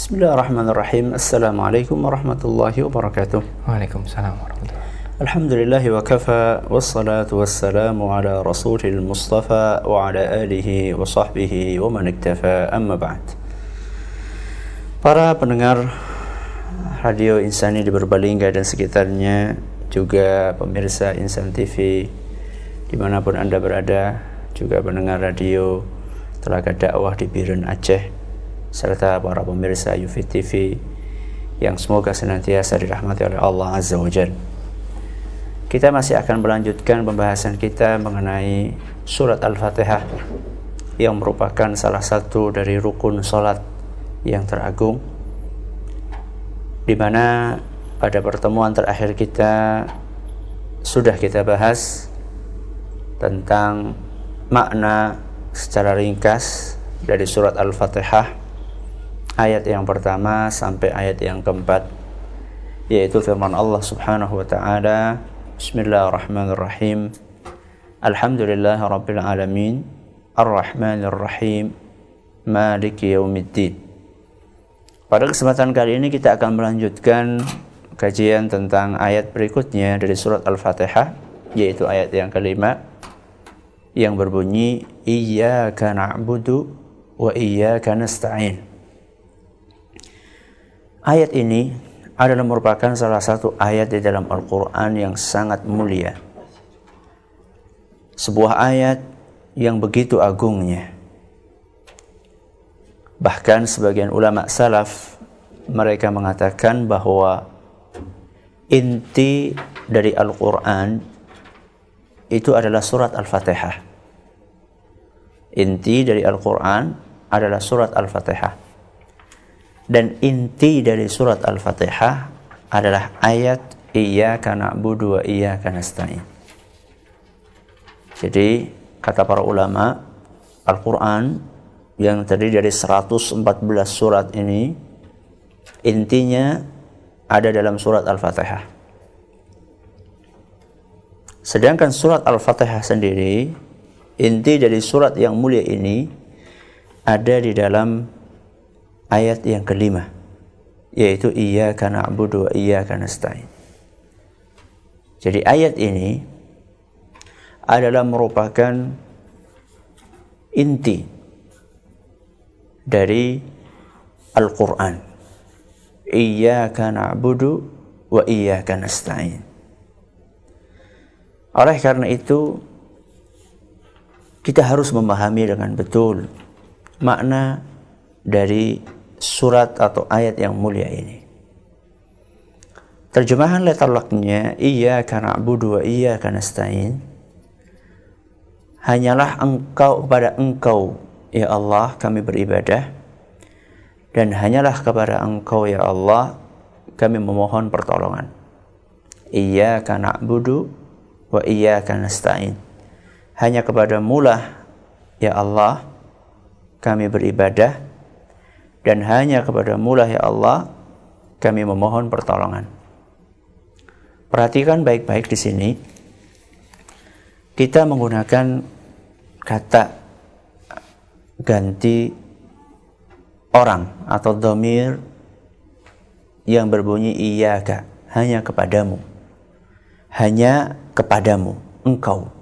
Bismillahirrahmanirrahim. Assalamualaikum warahmatullahi wabarakatuh. Waalaikumsalam warahmatullahi wabarakatuh. Alhamdulillahi wa kafa, wassalatu wassalamu ala rasulil mustafa wa ala alihi wa sahbihi wa man iktafa, amma ba'd. Para pendengar Radio Insani di Purbalingga dan sekitarnya, juga pemirsa Insan TV dimanapun Anda berada, juga pendengar radio Telaga Dakwah di Biren Aceh, serta para pemirsa Yufi TV yang semoga senantiasa dirahmati oleh Allah Azza wa Jalla. Kita masih akan melanjutkan pembahasan kita mengenai surat Al-Fatihah yang merupakan salah satu dari rukun salat yang teragung, di mana pada pertemuan terakhir kita sudah kita bahas tentang makna secara ringkas dari surat Al-Fatihah, ayat yang pertama sampai ayat yang keempat, yaitu firman Allah Subhanahu wa taala, Bismillahirrahmanirrahim. Alhamdulillahirabbil alamin, arrahmanirrahim, maliki yaumiddin. Pada kesempatan kali ini kita akan melanjutkan kajian tentang ayat berikutnya dari surat Al-Fatihah, yaitu ayat yang kelima yang berbunyi Iyyaka na'budu wa iyyaka nasta'in. Ayat ini adalah merupakan salah satu ayat di dalam Al-Quran yang sangat mulia. Sebuah ayat yang begitu agungnya. Bahkan sebagian ulama salaf mereka mengatakan bahwa inti dari Al-Quran itu adalah surat Al-Fatihah. Inti dari Al-Quran adalah surat Al-Fatihah. Dan inti dari surat Al-Fatihah adalah ayat Iyyaka na'budu wa iyyaka nasta'in. Jadi kata para ulama, Al-Quran yang terdiri dari 114 surat ini intinya ada dalam surat Al-Fatihah. Sedangkan surat Al-Fatihah sendiri, inti dari surat yang mulia ini ada di dalam ayat yang kelima, yaitu Iyyaka na'budu wa iyyaka nasta'in. Jadi ayat ini adalah merupakan inti dari Al-Quran. Iyyaka na'budu wa iyyaka nasta'in. Oleh karena itu, kita harus memahami dengan betul makna dari surat atau ayat yang mulia ini. Terjemahan letterlocknya Iyyaka na'budu wa iyyaka nasta'in, hanyalah engkau, kepada engkau ya Allah kami beribadah, dan hanyalah kepada engkau ya Allah kami memohon pertolongan. Iyyaka na'budu wa iyyaka nasta'in, hanya kepadamu lah ya Allah kami beribadah, dan hanya kepadamu lah ya Allah kami memohon pertolongan. Perhatikan baik-baik di sini. Kita menggunakan kata ganti orang atau dhamir yang berbunyi iyyaka, hanya kepadamu. Hanya kepadamu, engkau.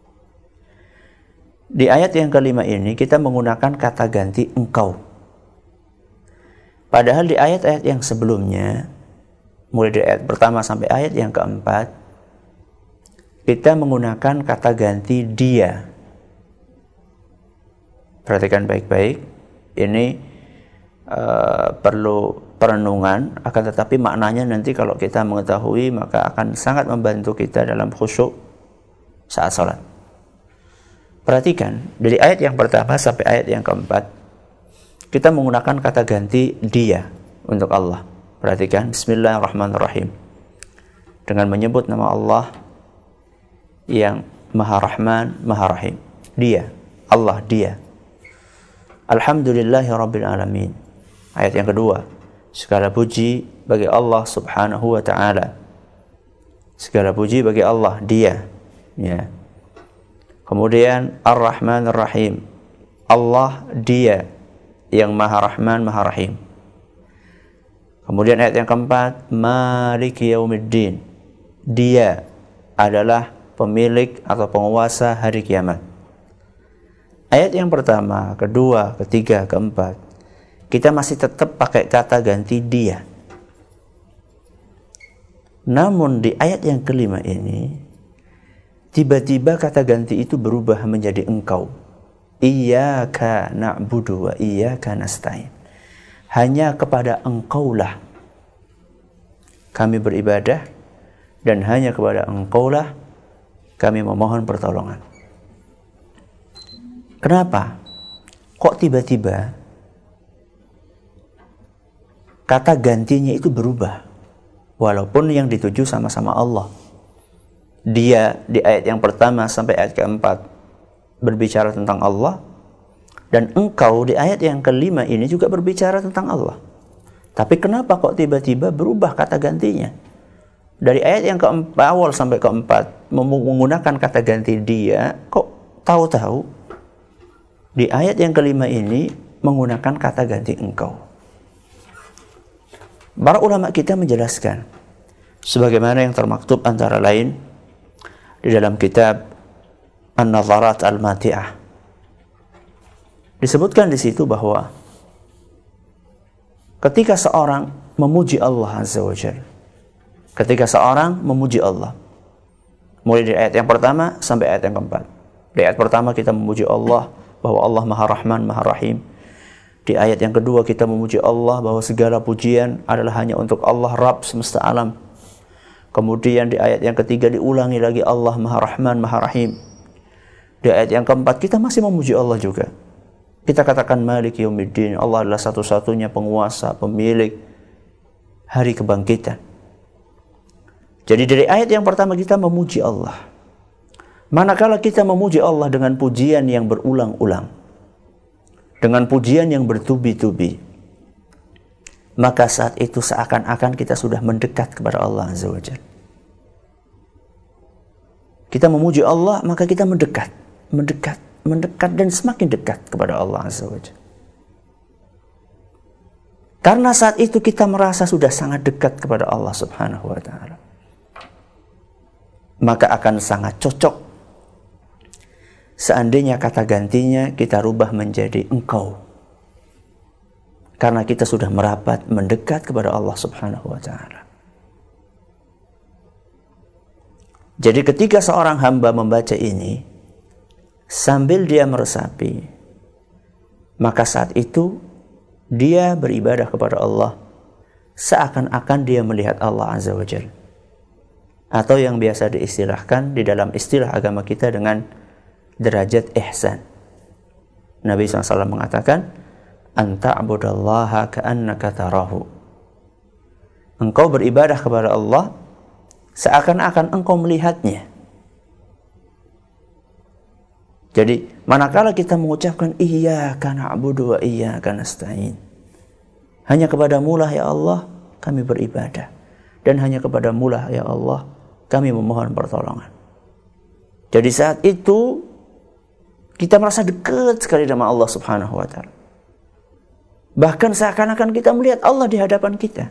Di ayat yang kelima ini kita menggunakan kata ganti engkau. Padahal di ayat-ayat yang sebelumnya, mulai dari ayat pertama sampai ayat yang keempat, kita menggunakan kata ganti dia. Perhatikan baik-baik, ini perlu perenungan, akan tetapi maknanya nanti kalau kita mengetahui maka akan sangat membantu kita dalam khusyuk saat sholat. Perhatikan, dari ayat yang pertama sampai ayat yang keempat, kita menggunakan kata ganti dia untuk Allah. Perhatikan, Bismillahirrahmanirrahim, dengan menyebut nama Allah yang Maha Rahman, Maha Rahim. Dia, Allah, dia. Alhamdulillahirabbil alamin. Ayat yang kedua, segala puji bagi Allah Subhanahu wa taala. Segala puji bagi Allah, dia. Ya. Kemudian Ar-Rahmanir Rahim, Allah dia yang Maha Rahman, Maha Rahim. Kemudian ayat yang keempat, Maliki Yaumiddin. Dia adalah pemilik atau penguasa hari kiamat. Ayat yang pertama, kedua, ketiga, keempat, kita masih tetap pakai kata ganti dia. Namun di ayat yang kelima ini, tiba-tiba kata ganti itu berubah menjadi engkau. Iyyaka na'budu wa iyyaka nasta'in. Hanya kepada engkaulah kami beribadah, dan hanya kepada engkaulah kami memohon pertolongan. Kenapa? Kok tiba-tiba kata gantinya itu berubah? Walaupun yang dituju sama-sama Allah. Dia di ayat yang pertama sampai ayat keempat berbicara tentang Allah, dan engkau di ayat yang kelima ini juga berbicara tentang Allah. Tapi kenapa kok tiba-tiba berubah kata gantinya? Dari ayat yang keempat awal sampai keempat menggunakan kata ganti dia, kok tahu-tahu di ayat yang kelima ini menggunakan kata ganti engkau. Para ulama kita menjelaskan sebagaimana yang termaktub antara lain di dalam kitab An-Nadharat Al-Mati'ah. Disebutkan di situ bahwa ketika seorang memuji Allah Azza wa Jalla, ketika seorang memuji Allah, mulai dari ayat yang pertama sampai ayat yang keempat. Di ayat pertama kita memuji Allah bahwa Allah Maha Rahman, Maha Rahim. Di ayat yang kedua kita memuji Allah bahwa segala pujian adalah hanya untuk Allah Rabb semesta alam. Kemudian di ayat yang ketiga diulangi lagi Allah Maha Rahman, Maha Rahim. Di ayat yang keempat kita masih memuji Allah juga. Kita katakan Maliki Yaumiddin, Allah adalah satu-satunya penguasa, pemilik hari kebangkitan. Jadi dari ayat yang pertama kita memuji Allah. Manakala kita memuji Allah dengan pujian yang berulang-ulang, dengan pujian yang bertubi-tubi, maka saat itu seakan-akan kita sudah mendekat kepada Allah Azza wa Jalla. Kita memuji Allah, maka kita mendekat dan semakin dekat kepada Allah Azza wa Jalla. Karena saat itu kita merasa sudah sangat dekat kepada Allah Subhanahu wa ta'ala, maka akan sangat cocok seandainya kata gantinya kita rubah menjadi engkau. Karena kita sudah merapat mendekat kepada Allah Subhanahu wa ta'ala. Jadi ketika seorang hamba membaca ini sambil dia meresapi, maka saat itu dia beribadah kepada Allah seakan-akan dia melihat Allah Azza wa Jalla. Atau yang biasa diistilahkan di dalam istilah agama kita dengan derajat ihsan. Nabi SAW mengatakan, Anta'budallaha ka'annaka tarahu. Engkau beribadah kepada Allah seakan-akan engkau melihatnya. Jadi, manakala kita mengucapkan Iyyaka na'budu wa iyyaka nasta'in, hanya kepadamu lah ya Allah kami beribadah, dan hanya kepadamu lah ya Allah kami memohon pertolongan. Jadi saat itu kita merasa dekat sekali dengan Allah Subhanahu wa ta'ala. Bahkan seakan-akan kita melihat Allah di hadapan kita.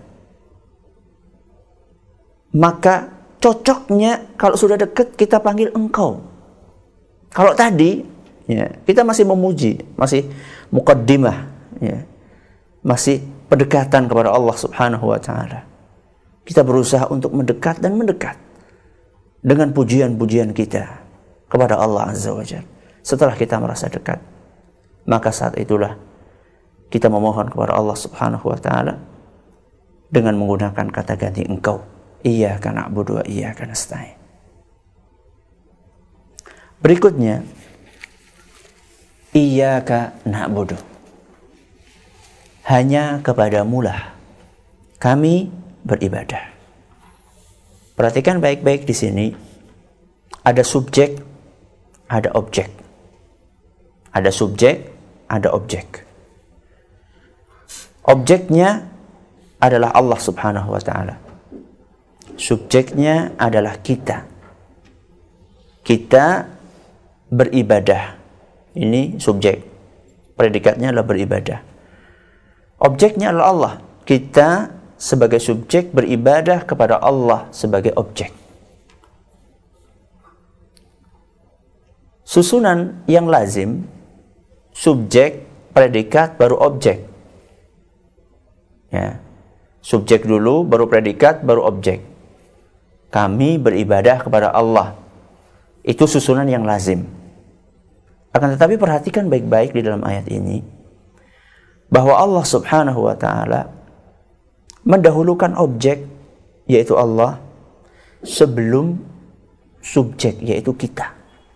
Maka cocoknya kalau sudah dekat kita panggil engkau. Kalau tadi ya, kita masih memuji, masih muqaddimah ya, masih pendekatan kepada Allah Subhanahu wa ta'ala. Kita berusaha untuk mendekat dan mendekat dengan pujian-pujian kita kepada Allah Azza wa Jalla. Setelah kita merasa dekat, maka saat itulah kita memohon kepada Allah Subhanahu wa ta'ala dengan menggunakan kata ganti engkau. Iyyaka na'budu wa iyyaka nasta'in. Berikutnya, Iyyaka na'budu. Hanya kepadamu lah kami beribadah. Perhatikan baik-baik di sini. Ada subjek, ada objek. Ada subjek, ada objek. Objeknya adalah Allah Subhanahu wa ta'ala. Subjeknya adalah kita. Kita beribadah. Ini subjek. Predikatnya adalah beribadah. Objeknya adalah Allah. Kita sebagai subjek, beribadah kepada Allah sebagai objek. Susunan yang lazim, subjek, predikat, baru objek. Ya. Subjek dulu, baru predikat, baru objek. Kami beribadah kepada Allah. Itu susunan yang lazim. Akan tetapi perhatikan baik-baik di dalam ayat ini, bahwa Allah subhanahu wa ta'ala mendahulukan objek, yaitu Allah, sebelum subjek, yaitu kita.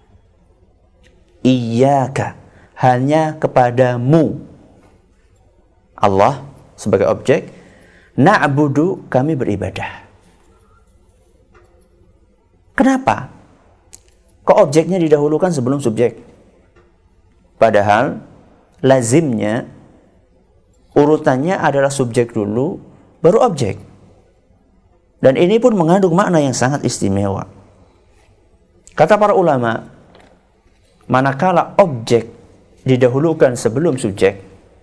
Iyyaka, hanya kepadamu Allah sebagai objek, na'budu, kami beribadah. Kenapa? Kok objeknya didahulukan sebelum subjek? Padahal lazimnya urutannya adalah subjek dulu, baru objek. Dan ini pun mengandung makna yang sangat istimewa. Kata para ulama, manakala objek didahulukan sebelum subjek,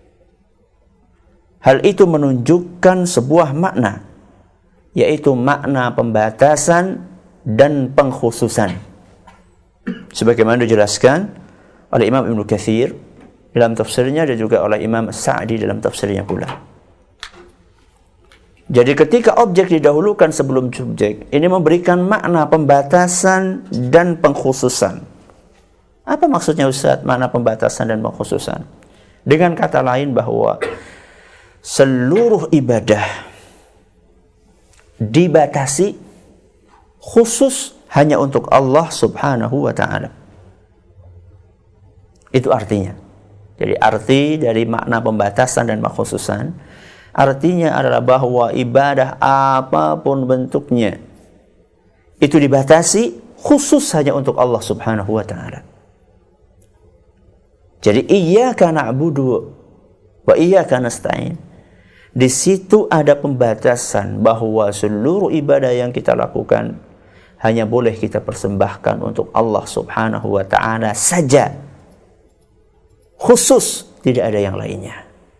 hal itu menunjukkan sebuah makna, yaitu makna pembatasan dan pengkhususan. Sebagaimana dijelaskan oleh Imam Ibnu Katsir dalam tafsirnya dan juga oleh Imam Sa'di dalam tafsirnya pula. Jadi ketika objek didahulukan sebelum subjek, ini memberikan makna pembatasan dan pengkhususan. Apa maksudnya Ustaz, makna pembatasan dan pengkhususan? Dengan kata lain bahwa seluruh ibadah dibatasi khusus hanya untuk Allah subhanahu wa ta'ala. Itu artinya. Jadi arti dari makna pembatasan dan pengkhususan, artinya adalah bahwa ibadah apapun bentuknya itu dibatasi khusus hanya untuk Allah subhanahu wa ta'ala. Jadi iyyaka na'budu wa iyyaka nasta'in. Di situ ada pembatasan bahwa seluruh ibadah yang kita lakukan hanya boleh kita persembahkan untuk Allah subhanahu wa ta'ala saja. Khusus, tidak ada yang lainnya.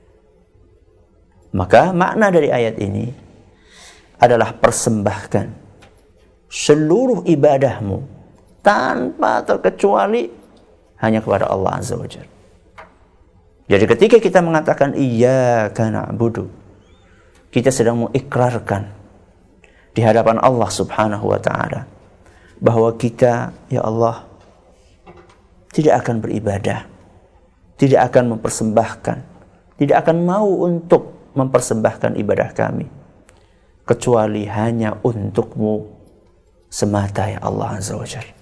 Maka makna dari ayat ini adalah persembahkan seluruh ibadahmu tanpa terkecuali hanya kepada Allah azza wa jalla. Jadi ketika kita mengatakan iyyaka na'budu, kita sedang mengikrarkan di hadapan Allah subhanahu wa ta'ala bahwa kita, ya Allah, tidak akan beribadah, tidak akan mempersembahkan, tidak akan mau untuk mempersembahkan ibadah kami kecuali hanya untukmu semata, ya Allah azza wa jalla.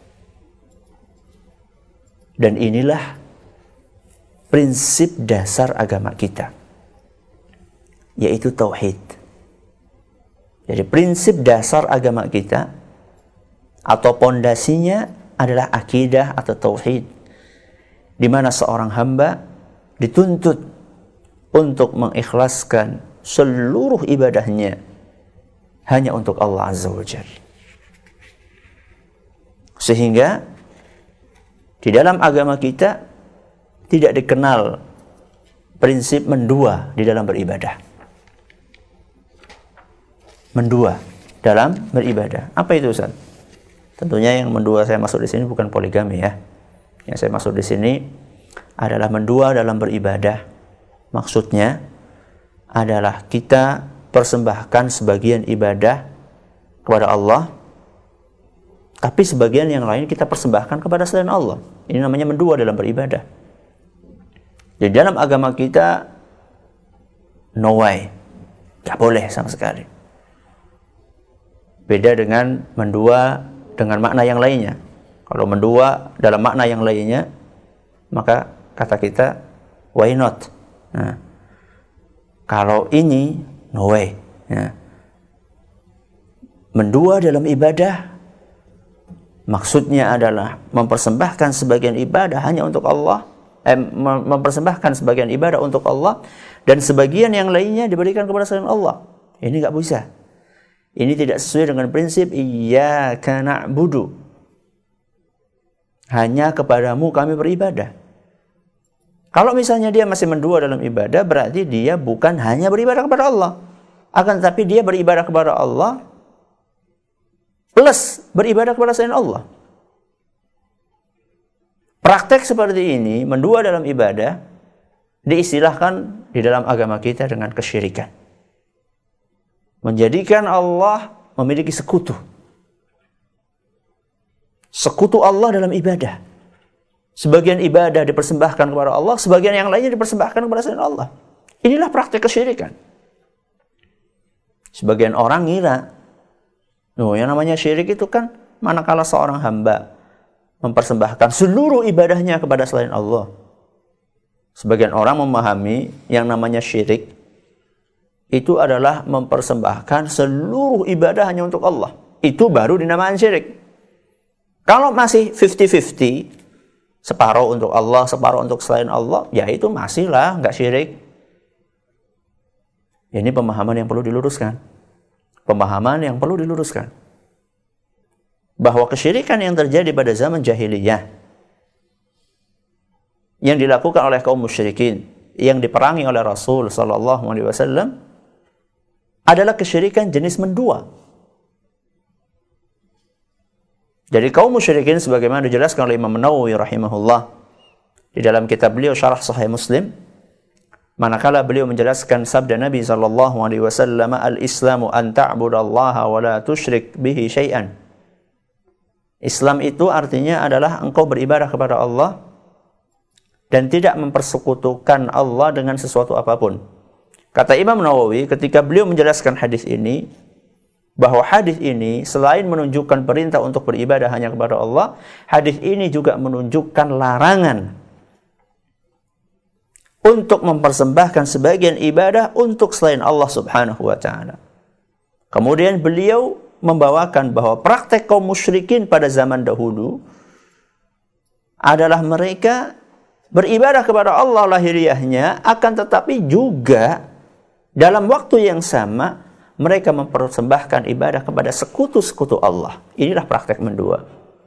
Dan inilah prinsip dasar agama kita, yaitu tauhid. Jadi prinsip dasar agama kita atau pondasinya adalah akidah atau tauhid, di mana seorang hamba dituntut untuk mengikhlaskan seluruh ibadahnya hanya untuk Allah azza wa jalla. Sehingga di dalam agama kita tidak dikenal prinsip mendua di dalam beribadah. Mendua dalam beribadah. Apa itu Ustaz? Tentunya yang mendua saya maksud di sini bukan poligami ya. Yang saya maksud di sini adalah mendua dalam beribadah. Maksudnya adalah kita persembahkan sebagian ibadah kepada Allah, tapi sebagian yang lain kita persembahkan kepada selain Allah. Ini namanya mendua dalam beribadah. Jadi dalam agama kita no way, gak boleh sama sekali. Beda dengan mendua dengan makna yang lainnya. Kalau mendua dalam makna yang lainnya, maka kata kita why not? Nah, kalau ini no way. Ya. Mendua dalam ibadah maksudnya adalah mempersembahkan sebagian ibadah hanya untuk Allah, mempersembahkan sebagian ibadah untuk Allah dan sebagian yang lainnya diberikan kepada selain Allah. Ini enggak bisa. Ini tidak sesuai dengan prinsip iyyaka na'budu. Hanya kepadamu kami beribadah. Kalau misalnya dia masih mendua dalam ibadah, berarti dia bukan hanya beribadah kepada Allah, akan tetapi dia beribadah kepada Allah plus beribadah kepada selain Allah. Praktek seperti ini, mendua dalam ibadah, diistilahkan di dalam agama kita dengan kesyirikan. Menjadikan Allah memiliki sekutu. Sekutu Allah dalam ibadah. Sebagian ibadah dipersembahkan kepada Allah, sebagian yang lainnya dipersembahkan kepada selain Allah. Inilah praktek kesyirikan. Sebagian orang ngira, yang namanya syirik itu kan manakala seorang hamba mempersembahkan seluruh ibadahnya kepada selain Allah. Sebagian orang memahami yang namanya syirik itu adalah mempersembahkan seluruh ibadah hanya untuk Allah. Itu baru dinamakan syirik. Kalau masih 50-50, separuh untuk Allah, separuh untuk selain Allah, ya itu masihlah nggak syirik. Ini pemahaman yang perlu diluruskan. Pemahaman yang perlu diluruskan. Bahwa kesyirikan yang terjadi pada zaman jahiliyah yang dilakukan oleh kaum musyrikin yang diperangi oleh Rasul sallallahu alaihi wasallam adalah kesyirikan jenis mendua. Jadi kaum musyrikin sebagaimana dijelaskan oleh Imam Nawawi rahimahullah di dalam kitab beliau Syarah Sahih Muslim, manakala beliau menjelaskan sabda Nabi sallallahu alaihi wasallam, "Al-Islamu an ta'budallaha wa la tusyrik bihi syai'an." Islam itu artinya adalah engkau beribadah kepada Allah dan tidak mempersekutukan Allah dengan sesuatu apapun. Kata Imam Nawawi ketika beliau menjelaskan hadis ini, bahwa hadis ini selain menunjukkan perintah untuk beribadah hanya kepada Allah, hadis ini juga menunjukkan larangan untuk mempersembahkan sebagian ibadah untuk selain Allah subhanahu wa ta'ala. Kemudian beliau membawakan bahwa praktek kaum musyrikin pada zaman dahulu adalah mereka beribadah kepada Allah lahiriahnya, akan tetapi juga dalam waktu yang sama mereka mempersembahkan ibadah kepada sekutu-sekutu Allah. Inilah praktek mendua.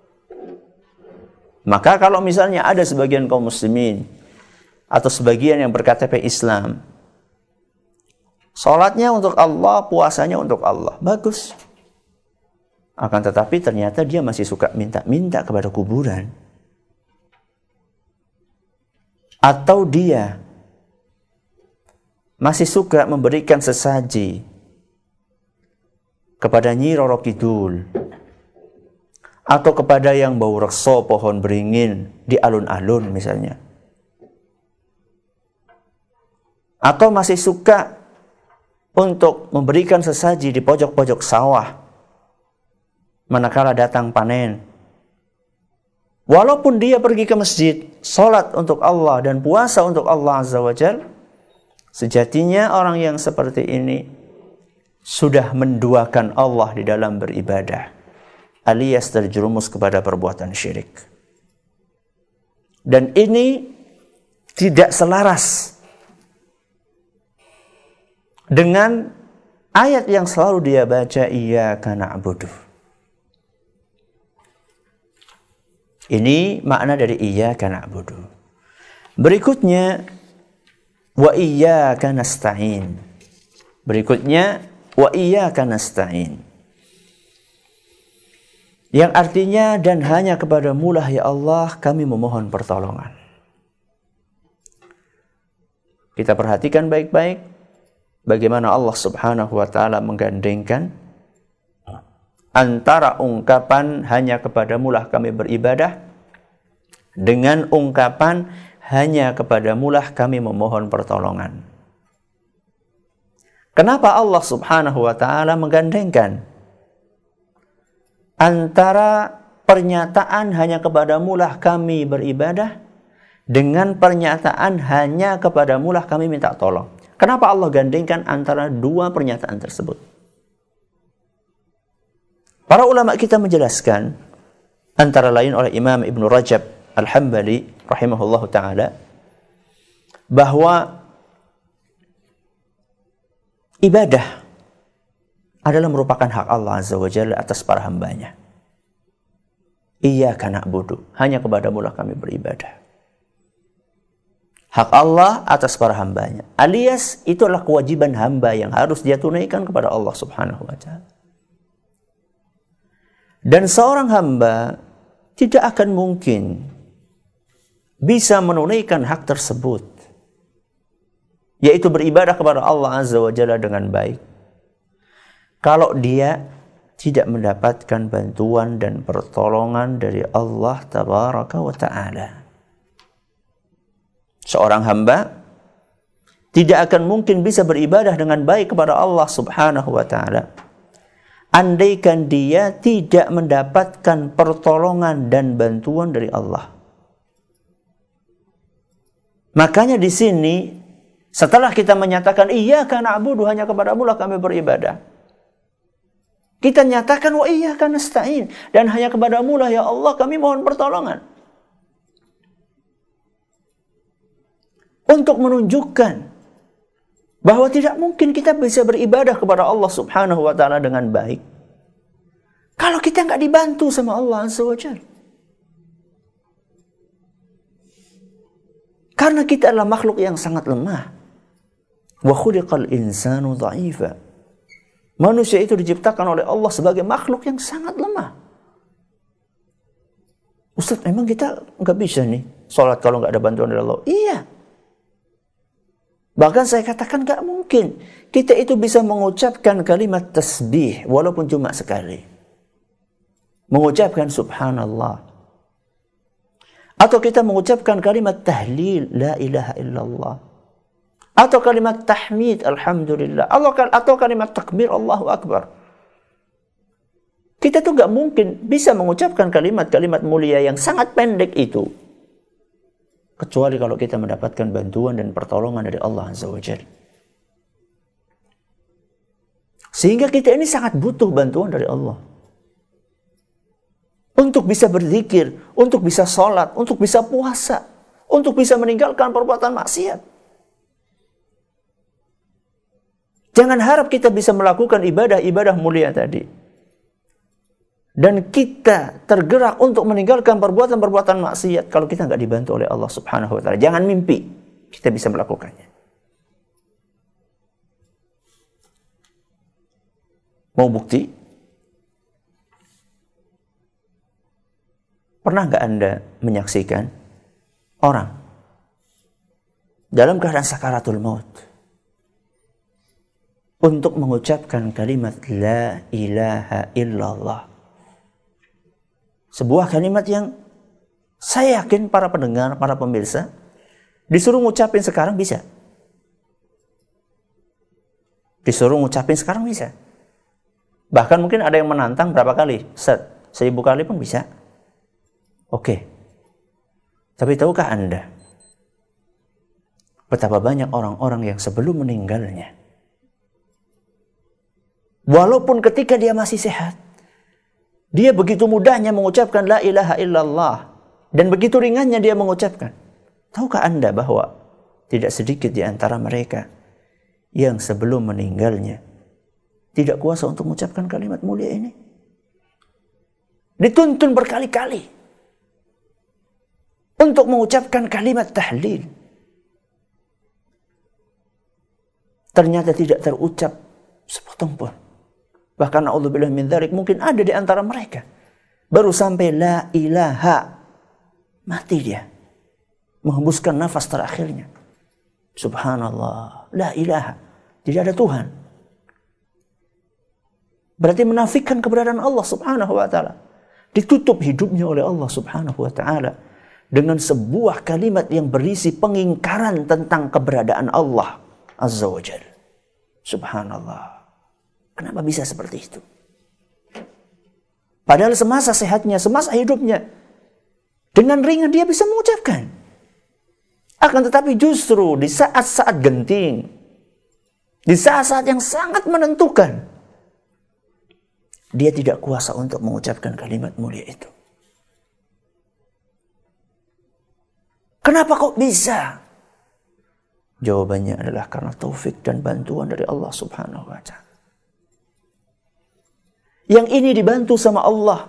Maka kalau misalnya ada sebagian kaum muslimin atau sebagian yang berKTP Islam, sholatnya untuk Allah, puasanya untuk Allah, bagus. Akan tetapi ternyata dia masih suka minta-minta kepada kuburan. Atau dia masih suka memberikan sesaji kepada Nyi Roro Kidul, atau kepada yang bau rekso pohon beringin di alun-alun misalnya. Atau masih suka untuk memberikan sesaji di pojok-pojok sawah manakala datang panen. Walaupun dia pergi ke masjid, sholat untuk Allah dan puasa untuk Allah Azza wa Jal, sejatinya orang yang seperti ini sudah menduakan Allah di dalam beribadah, alias terjerumus kepada perbuatan syirik. Dan ini tidak selaras dengan ayat yang selalu dia baca, iyyaka na'budu. Ini makna dari iyyaka na'budu. Berikutnya wa iyyaka nasta'in. Berikutnya wa iyyaka nasta'in. Yang artinya dan hanya kepadamu lah ya Allah kami memohon pertolongan. Kita perhatikan baik-baik bagaimana Allah Subhanahu wa taala menggandengkan antara ungkapan hanya kepadamu lah kami beribadah dengan ungkapan hanya kepadamu lah kami memohon pertolongan. Kenapa Allah Subhanahu wa taala menggandengkan antara pernyataan hanya kepadamu lah kami beribadah dengan pernyataan hanya kepadamu lah kami minta tolong? Kenapa Allah gandengkan antara dua pernyataan tersebut? Para ulama kita menjelaskan, antara lain oleh Imam Ibn Rajab Al-Hambali rahimahullahu ta'ala, bahwa ibadah adalah merupakan hak Allah Azza wa Jalla atas para hambanya. Iyyaka na'budu, hanya kepadamu lah kami beribadah. Hak Allah atas para hambanya. Alias itu adalah kewajiban hamba yang harus dia tunaikan kepada Allah Subhanahu wa ta'ala. Dan seorang hamba tidak akan mungkin bisa menunaikan hak tersebut, yaitu beribadah kepada Allah Azza wa Jalla dengan baik, kalau dia tidak mendapatkan bantuan dan pertolongan dari Allah Tabaraka wa ta'ala. Seorang hamba tidak akan mungkin bisa beribadah dengan baik kepada Allah Subhanahu wa ta'ala andaikan dia tidak mendapatkan pertolongan dan bantuan dari Allah. Makanya di sini setelah kita menyatakan iyyaka na'budu, hanya kepadamu lah kami beribadah, kita nyatakan wa iyyaka nasta'in, dan hanya kepadamu lah ya Allah kami mohon pertolongan. Untuk menunjukkan bahwa tidak mungkin kita bisa beribadah kepada Allah Subhanahu wa ta'ala dengan baik kalau kita nggak dibantu sama Allah Azza wa Jalla. Karena kita adalah makhluk yang sangat lemah. Wa khuliqal insanu dha'ifa. Manusia itu diciptakan oleh Allah sebagai makhluk yang sangat lemah. Ustaz, emang kita nggak bisa nih sholat kalau nggak ada bantuan dari Allah? Iya. Bahkan saya katakan gak mungkin kita itu bisa mengucapkan kalimat tasbih walaupun cuma sekali. Mengucapkan subhanallah. Atau kita mengucapkan kalimat tahlil la ilaha illallah. Atau kalimat tahmid alhamdulillah. Atau kalimat takbir Allahu akbar. Kita tuh gak mungkin bisa mengucapkan kalimat-kalimat mulia yang sangat pendek itu kecuali kalau kita mendapatkan bantuan dan pertolongan dari Allah Azza wa Jalla. Sehingga kita ini sangat butuh bantuan dari Allah. Untuk bisa berzikir, untuk bisa sholat, untuk bisa puasa, untuk bisa meninggalkan perbuatan maksiat. Jangan harap kita bisa melakukan ibadah-ibadah mulia tadi dan kita tergerak untuk meninggalkan perbuatan-perbuatan maksiat kalau kita nggak dibantu oleh Allah Subhanahu wa ta'ala. Jangan mimpi kita bisa melakukannya. Mau bukti? Pernah nggak Anda menyaksikan orang dalam keadaan sakaratul maut untuk mengucapkan kalimat la ilaha illallah? Sebuah kalimat yang saya yakin para pendengar, para pemirsa disuruh ngucapin sekarang bisa. Disuruh ngucapin sekarang bisa. Bahkan mungkin ada yang menantang berapa kali? 1000 kali pun bisa. Oke. Tapi tahukah Anda betapa banyak orang-orang yang sebelum meninggalnya, walaupun ketika dia masih sehat, dia begitu mudahnya mengucapkan la ilaha illallah dan begitu ringannya dia mengucapkan. Tahukah Anda bahwa tidak sedikit di antara mereka yang sebelum meninggalnya tidak kuasa untuk mengucapkan kalimat mulia ini? Dituntun berkali-kali untuk mengucapkan kalimat tahlil. Ternyata tidak terucap sepotong pun. Bahkan na'udzubillah min dzalik, mungkin ada di antara mereka baru sampai la ilaha mati dia, menghembuskan nafas terakhirnya. Subhanallah, la ilaha, tidak ada Tuhan. Berarti menafikan keberadaan Allah Subhanahu wa ta'ala. Ditutup hidupnya oleh Allah Subhanahu wa ta'ala dengan sebuah kalimat yang berisi pengingkaran tentang keberadaan Allah Azza wa Jalla. Subhanallah. Kenapa bisa seperti itu? Padahal semasa sehatnya, semasa hidupnya, dengan ringan dia bisa mengucapkan. Akan tetapi justru di saat-saat genting, di saat-saat yang sangat menentukan, dia tidak kuasa untuk mengucapkan kalimat mulia itu. Kenapa kok bisa? Jawabannya adalah karena taufik dan bantuan dari Allah Subhanahu wa ta'ala. Yang ini dibantu sama Allah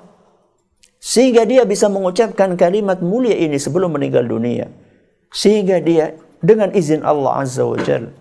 sehingga dia bisa mengucapkan kalimat mulia ini sebelum meninggal dunia, sehingga dia dengan izin Allah Azza wa Jalla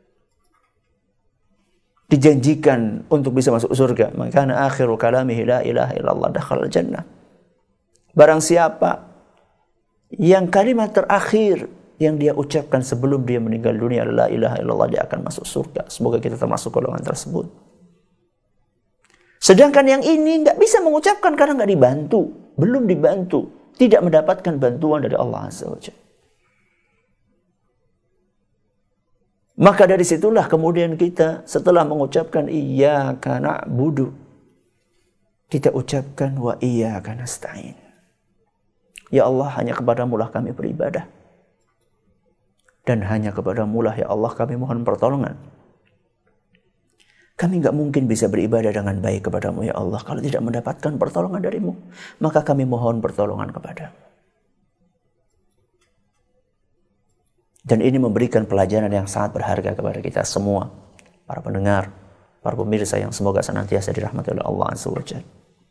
dijanjikan untuk bisa masuk surga. Maka akhiru kalamihi la ilaha illallah dakhala jannah. Barang siapa yang kalimat terakhir yang dia ucapkan sebelum dia meninggal dunia la ilaha illallah, dia akan masuk surga. Semoga kita termasuk golongan tersebut. Sedangkan yang ini nggak bisa mengucapkan karena nggak dibantu, belum dibantu, tidak mendapatkan bantuan dari Allah Azza wa Jalla. Maka dari situlah kemudian kita setelah mengucapkan iyyaka na'budu, kita ucapkan wa iyyaka nasta'in. Ya Allah, hanya kepadamu lah kami beribadah. Dan hanya kepadamu lah ya Allah kami mohon pertolongan. Kami nggak mungkin bisa beribadah dengan baik kepadamu ya Allah kalau tidak mendapatkan pertolongan darimu. Maka kami mohon pertolongan kepadamu. Dan ini memberikan pelajaran yang sangat berharga kepada kita semua, para pendengar, para pemirsa yang semoga senantiasa dirahmati oleh Allah Azza wa Jalla.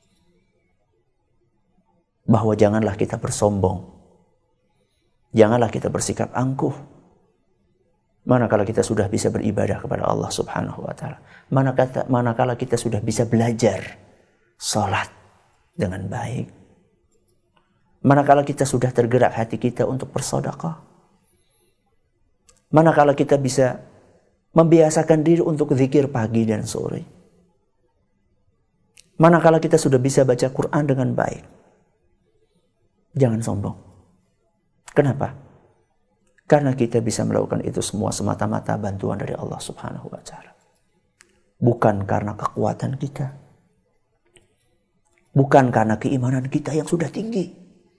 Bahwa janganlah kita bersombong. Janganlah kita bersikap angkuh. Manakala kita sudah bisa beribadah kepada Allah Subhanahu wa taala. Manakala kita sudah bisa belajar salat dengan baik. Manakala kita sudah tergerak hati kita untuk bersedekah. Manakala kita bisa membiasakan diri untuk zikir pagi dan sore. Manakala kita sudah bisa baca Quran dengan baik. Jangan sombong. Kenapa? Karena kita bisa melakukan itu semua semata-mata bantuan dari Allah Subhanahu wa taala. Bukan karena kekuatan kita. Bukan karena keimanan kita yang sudah tinggi.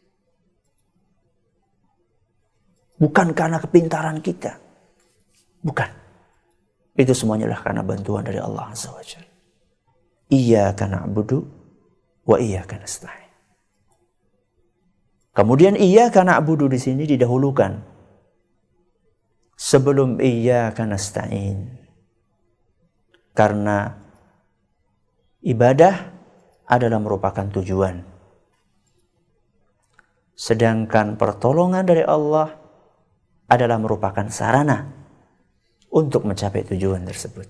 Bukan karena kepintaran kita. Bukan. Itu semuanya adalah karena bantuan dari Allah Azza wa Jalla. Iyyaka na'budu wa iyyaka nasta'in. Kemudian iyyaka na'budu di sini didahulukan sebelum iyyaka nasta'in. Karena ibadah adalah merupakan tujuan. Sedangkan pertolongan dari Allah adalah merupakan sarana untuk mencapai tujuan tersebut.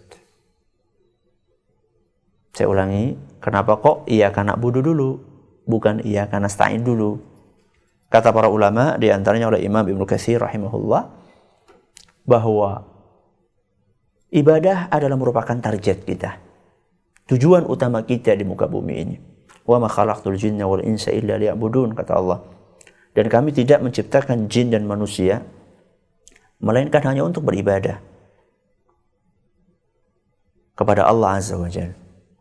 Saya ulangi, kenapa kok iyyaka na'budu dulu, bukan iyyaka nasta'in dulu? Kata para ulama, di antaranya oleh Imam Ibnu Katsir rahimahullah, bahwa ibadah adalah merupakan target kita, tujuan utama kita di muka bumi ini. Wa ma khalaqtul jinna wal insa illa liya'budun, kata Allah. Dan kami tidak menciptakan jin dan manusia melainkan hanya untuk beribadah kepada Allah Azza wa Jalla.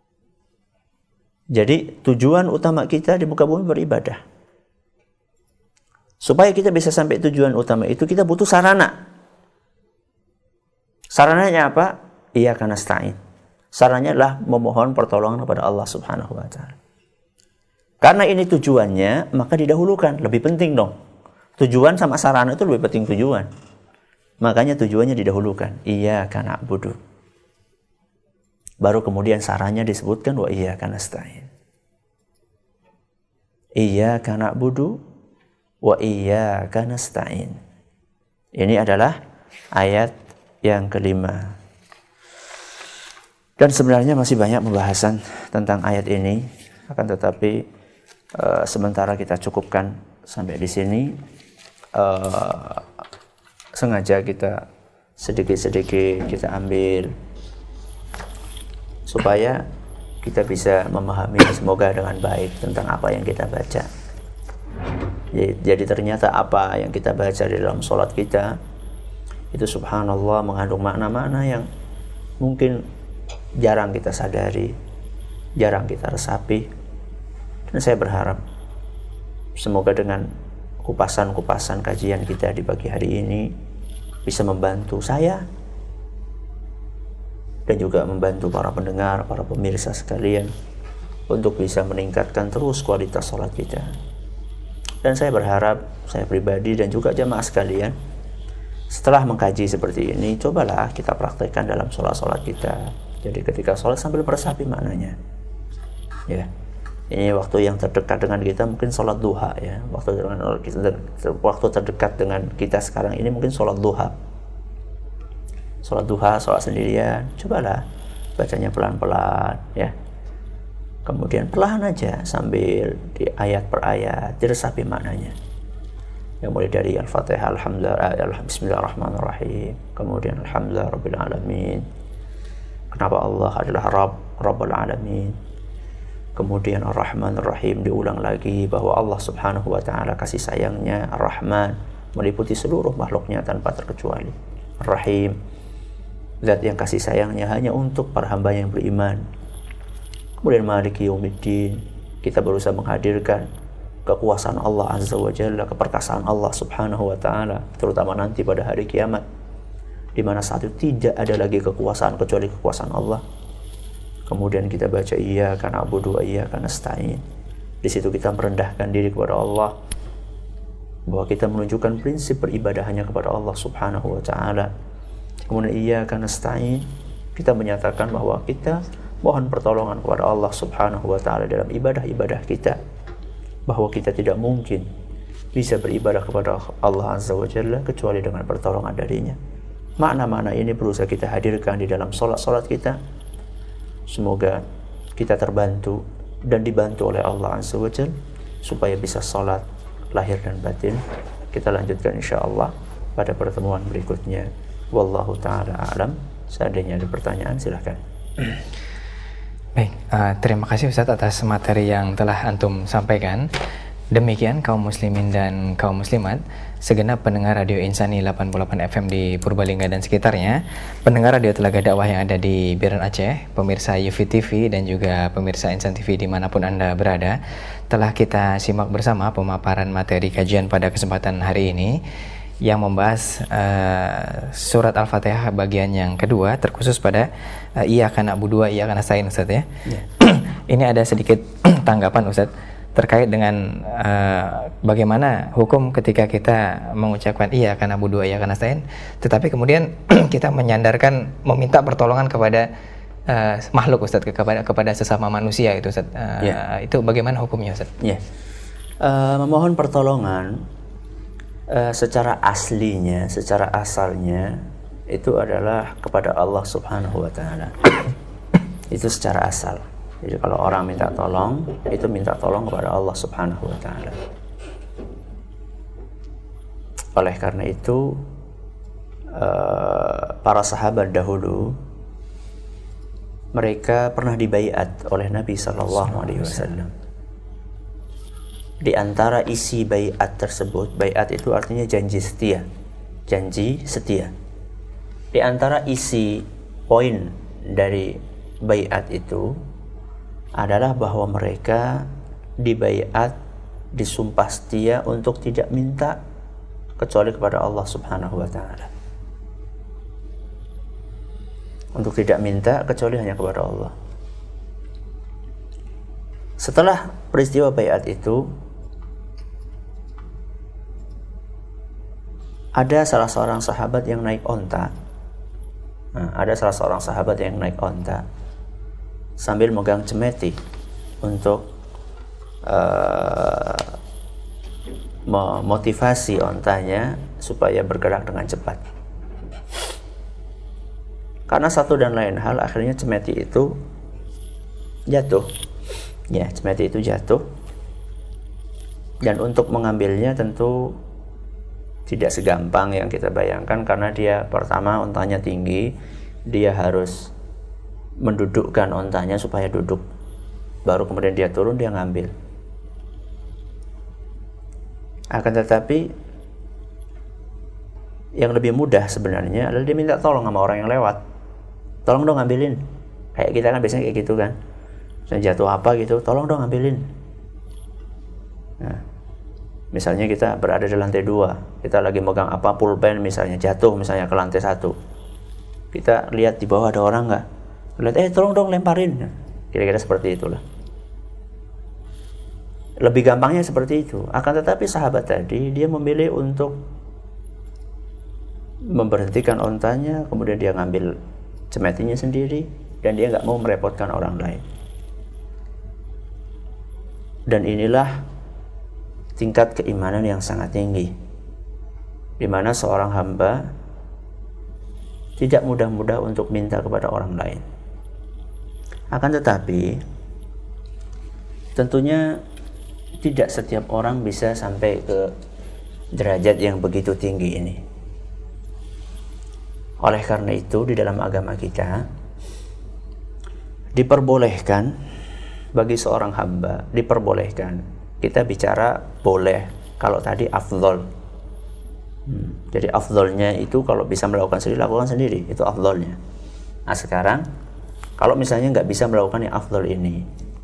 Jadi tujuan utama kita di muka bumi beribadah. Supaya kita bisa sampai tujuan utama itu, kita butuh sarana. Sarananya apa? Iyyaka nasta'in. Sarananya adalah memohon pertolongan kepada Allah Subhanahu wa taala. Karena ini tujuannya, maka didahulukan, lebih penting dong. Tujuan sama sarana itu lebih penting tujuan. Makanya tujuannya didahulukan. Iyyaka na'budu. Baru kemudian sarannya disebutkan wa iyyaka nasta'in. Iyyaka na'budu wa iyyaka nasta'in. Ini adalah ayat yang kelima. Dan sebenarnya masih banyak pembahasan tentang ayat ini, akan tetapi sementara kita cukupkan sampai di sini. Sengaja kita sedikit-sedikit kita ambil supaya kita bisa memahami semoga dengan baik tentang apa yang kita baca. Jadi ternyata apa yang kita baca di dalam sholat kita itu subhanallah mengandung makna-makna yang mungkin jarang kita sadari, jarang kita resapi. Dan saya berharap semoga dengan kupasan-kupasan kajian kita di pagi hari ini bisa membantu saya dan juga membantu para pendengar, para pemirsa sekalian untuk bisa meningkatkan terus kualitas sholat kita. Dan saya berharap, saya pribadi dan juga jamaah sekalian, setelah mengkaji seperti ini, cobalah kita praktekkan dalam sholat-sholat kita. Jadi ketika sholat sambil meresapi maknanya, ya, Ini waktu yang terdekat dengan kita mungkin sholat duha ya. Waktu terdekat dengan kita sekarang ini mungkin sholat duha. Sholat duha, sholat sendirian, cobalah bacanya pelan-pelan ya. Kemudian perlahan aja sambil di ayat per ayat diresapi maknanya. Yang mulai dari Al-Fatihah, Alhamdulillah, Bismillahirrahmanirrahim, kemudian Alhamdulillah Rabbil Alamin. Kenapa Allah adalah Rabbul Alamin. Kemudian Ar-Rahman Ar-Rahim, diulang lagi bahwa Allah Subhanahu wa ta'ala kasih sayangnya Ar-Rahman meliputi seluruh makhluknya tanpa terkecuali. Ar-Rahim, zat yang kasih sayangnya hanya untuk para hamba yang beriman. Kemudian Maliki Yaumiddin, kita berusaha menghadirkan kekuasaan Allah Azza wa Jalla, keperkasaan Allah Subhanahu wa ta'ala, terutama nanti pada hari kiamat, di mana saat itu tidak ada lagi kekuasaan kecuali kekuasaan Allah. Kemudian kita baca Iyyaka na'budu wa iyyaka nasta'in. Di situ kita merendahkan diri kepada Allah, bahwa kita menunjukkan prinsip beribadah hanya kepada Allah Subhanahu wa ta'ala. Kemudian Iyyaka nasta'in, kita menyatakan bahwa kita mohon pertolongan kepada Allah Subhanahu wa ta'ala dalam ibadah-ibadah kita, bahwa kita tidak mungkin bisa beribadah kepada Allah Azza wa Jalla kecuali dengan pertolongan darinya. Makna-makna ini berusaha kita hadirkan di dalam solat-solat kita. Semoga kita terbantu dan dibantu oleh Allah Azza wa Jalla supaya bisa sholat lahir dan batin. Kita lanjutkan insyaAllah pada pertemuan berikutnya. Wallahu ta'ala a'lam. Seandainya ada pertanyaan silahkan. Baik, terima kasih Ustaz atas materi yang telah antum sampaikan. Demikian kaum muslimin dan kaum muslimat, segenap pendengar Radio Insani 88 FM di Purbalingga dan sekitarnya, pendengar Radio Telaga Dakwah yang ada di Biren Aceh, pemirsa Yufi TV dan juga pemirsa Insan TV dimanapun Anda berada, telah kita simak bersama pemaparan materi kajian pada kesempatan hari ini yang membahas surat Al-Fatihah bagian yang kedua, terkhusus pada Iyyaka na'budu wa iyyaka nasta'in, Ustaz ya. Ini ada sedikit tanggapan Ustaz terkait dengan bagaimana hukum ketika kita mengucapkan Iyyaka na'budu wa iyyaka nasta'in, tetapi kemudian kita menyandarkan meminta pertolongan kepada makhluk Ustaz, kepada sesama manusia itu Ustaz. Itu bagaimana hukumnya Ustaz? Memohon pertolongan secara aslinya, secara asalnya itu adalah kepada Allah Subhanahu wa ta'ala. Itu secara asal. Jadi kalau orang minta tolong, itu minta tolong kepada Allah Subhanahu wa ta'ala. Oleh karena itu para sahabat dahulu mereka pernah dibaiat oleh Nabi sallallahu alaihi wasallam. Di antara isi baiat tersebut, baiat itu artinya janji setia. Janji setia. Di antara isi poin dari baiat itu adalah bahwa mereka dibaiat, disumpah setia untuk tidak minta kecuali kepada Allah Subhanahu wa ta'ala. Untuk tidak minta kecuali hanya kepada Allah. Setelah peristiwa baiat itu, ada salah seorang sahabat yang naik onta. Sambil megang cemeti untuk memotivasi ontanya supaya bergerak dengan cepat. Karena satu dan lain hal, akhirnya cemeti itu jatuh. Cemeti itu jatuh. Dan untuk mengambilnya tentu tidak segampang yang kita bayangkan, karena dia pertama ontanya tinggi, dia harus mendudukkan ontanya supaya duduk, baru kemudian dia turun, dia ngambil. Akan tetapi yang lebih mudah sebenarnya adalah dia minta tolong sama orang yang lewat. Tolong dong ngambilin. Kayak kita kan biasanya kayak gitu kan, jatuh apa gitu, tolong dong ngambilin. Nah, misalnya kita berada di lantai 2, kita lagi megang apa, pulpen misalnya, jatuh misalnya ke lantai 1, kita lihat di bawah ada orang nggak, lihat tolong dong lemparin. Kira-kira seperti itulah. Lebih gampangnya seperti itu. Akan tetapi sahabat tadi, dia memilih untuk memberhentikan ontanya, kemudian dia ngambil cemetinya sendiri, dan dia nggak mau merepotkan orang lain. Dan inilah tingkat keimanan yang sangat tinggi, di mana seorang hamba tidak mudah-mudah untuk minta kepada orang lain. Akan tetapi tentunya tidak setiap orang bisa sampai ke derajat yang begitu tinggi ini. Oleh karena itu, di dalam agama kita diperbolehkan bagi seorang hamba, diperbolehkan. Kita bicara boleh, kalau tadi afdol. Jadi afdolnya itu kalau bisa melakukan sendiri, lakukan sendiri, itu afdolnya. Nah sekarang kalau misalnya nggak bisa melakukan yang afdol ini,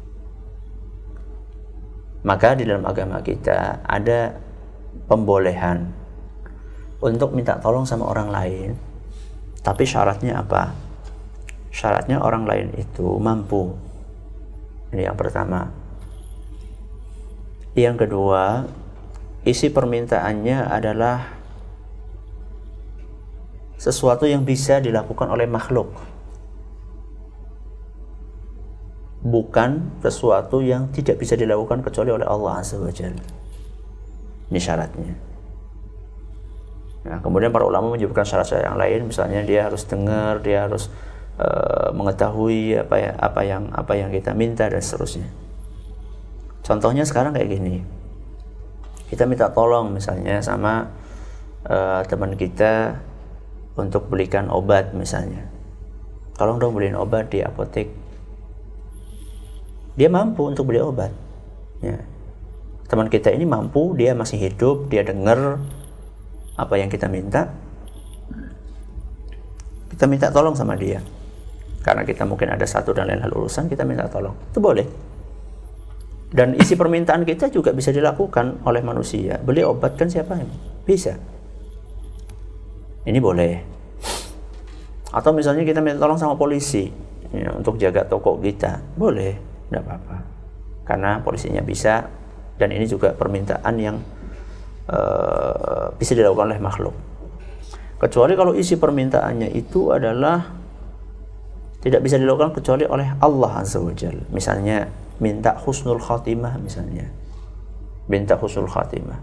maka di dalam agama kita ada pembolehan untuk minta tolong sama orang lain. Tapi syaratnya apa? Syaratnya orang lain itu mampu. Ini yang pertama. Yang kedua, isi permintaannya adalah sesuatu yang bisa dilakukan oleh makhluk, bukan sesuatu yang tidak bisa dilakukan kecuali oleh Allah Azza wa Jalla. Ini syaratnya. Nah, kemudian para ulama menyebutkan syarat-syarat yang lain, misalnya dia harus dengar, dia harus mengetahui apa yang kita minta dan seterusnya. Contohnya sekarang kayak gini, kita minta tolong misalnya sama teman kita untuk belikan obat misalnya. Tolong dong beliin obat di apotek. Dia mampu untuk beli obat. Ya. Teman kita ini mampu, dia masih hidup, dia dengar apa yang kita minta. Kita minta tolong sama dia. Karena kita mungkin ada satu dan lain hal urusan, kita minta tolong. Itu boleh. Dan isi permintaan kita juga bisa dilakukan oleh manusia. Beli obat kan siapa? Bisa. Ini boleh. Atau misalnya kita minta tolong sama polisi ya, untuk jaga toko kita. Boleh, tidak apa-apa. Karena polisinya bisa. Dan ini juga permintaan yang bisa dilakukan oleh makhluk. Kecuali kalau isi permintaannya itu adalah tidak bisa dilakukan kecuali oleh Allah Azza wa Jalla. Misalnya minta husnul khatimah misalnya. Minta husnul khatimah.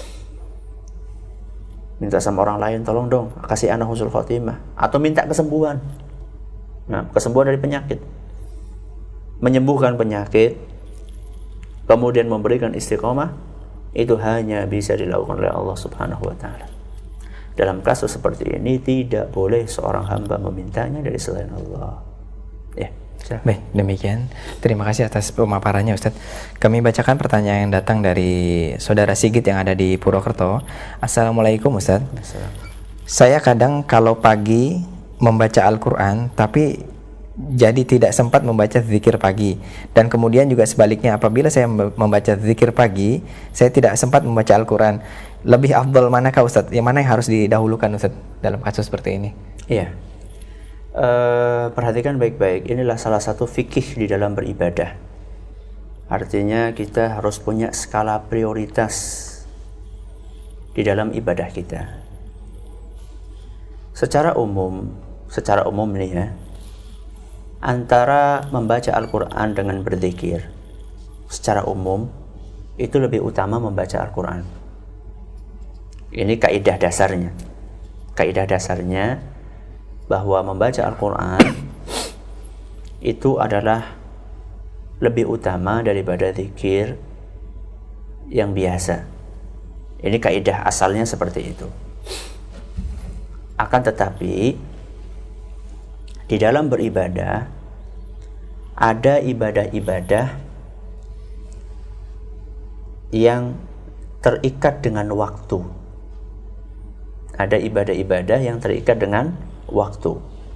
Minta sama orang lain, tolong dong kasih anak husnul khatimah. Atau minta kesembuhan. Nah, kesembuhan dari penyakit. Menyembuhkan penyakit, kemudian memberikan istiqomah, itu hanya bisa dilakukan oleh Allah Subhanahu wa taala. Dalam kasus seperti ini tidak boleh seorang hamba memintanya dari selain Allah. Ya, baik, demikian. Terima kasih atas pemaparannya Ustaz. Kami bacakan pertanyaan yang datang dari Saudara Sigit yang ada di Purwokerto. Assalamualaikum Ustaz. Saya kadang kalau pagi membaca Al-Quran, tapi jadi tidak sempat membaca zikir pagi. Dan kemudian juga sebaliknya, apabila saya membaca zikir pagi, saya tidak sempat membaca Al-Quran. Lebih afdal manakah Ustaz? Yang mana yang harus didahulukan Ustaz dalam kasus seperti ini? Iya. Perhatikan baik-baik. Inilah salah satu fikih di dalam beribadah. Artinya kita harus punya skala prioritas di dalam ibadah kita. Secara umum nih ya, antara membaca Al-Quran dengan berzikir, secara umum itu lebih utama membaca Al-Quran. Ini kaidah dasarnya. Kaidah dasarnya bahwa membaca Al-Quran itu adalah lebih utama daripada zikir yang biasa. Ini kaidah asalnya seperti itu. Akan tetapi di dalam beribadah ada ibadah-ibadah yang terikat dengan waktu. Ada ibadah-ibadah yang terikat dengan waktu.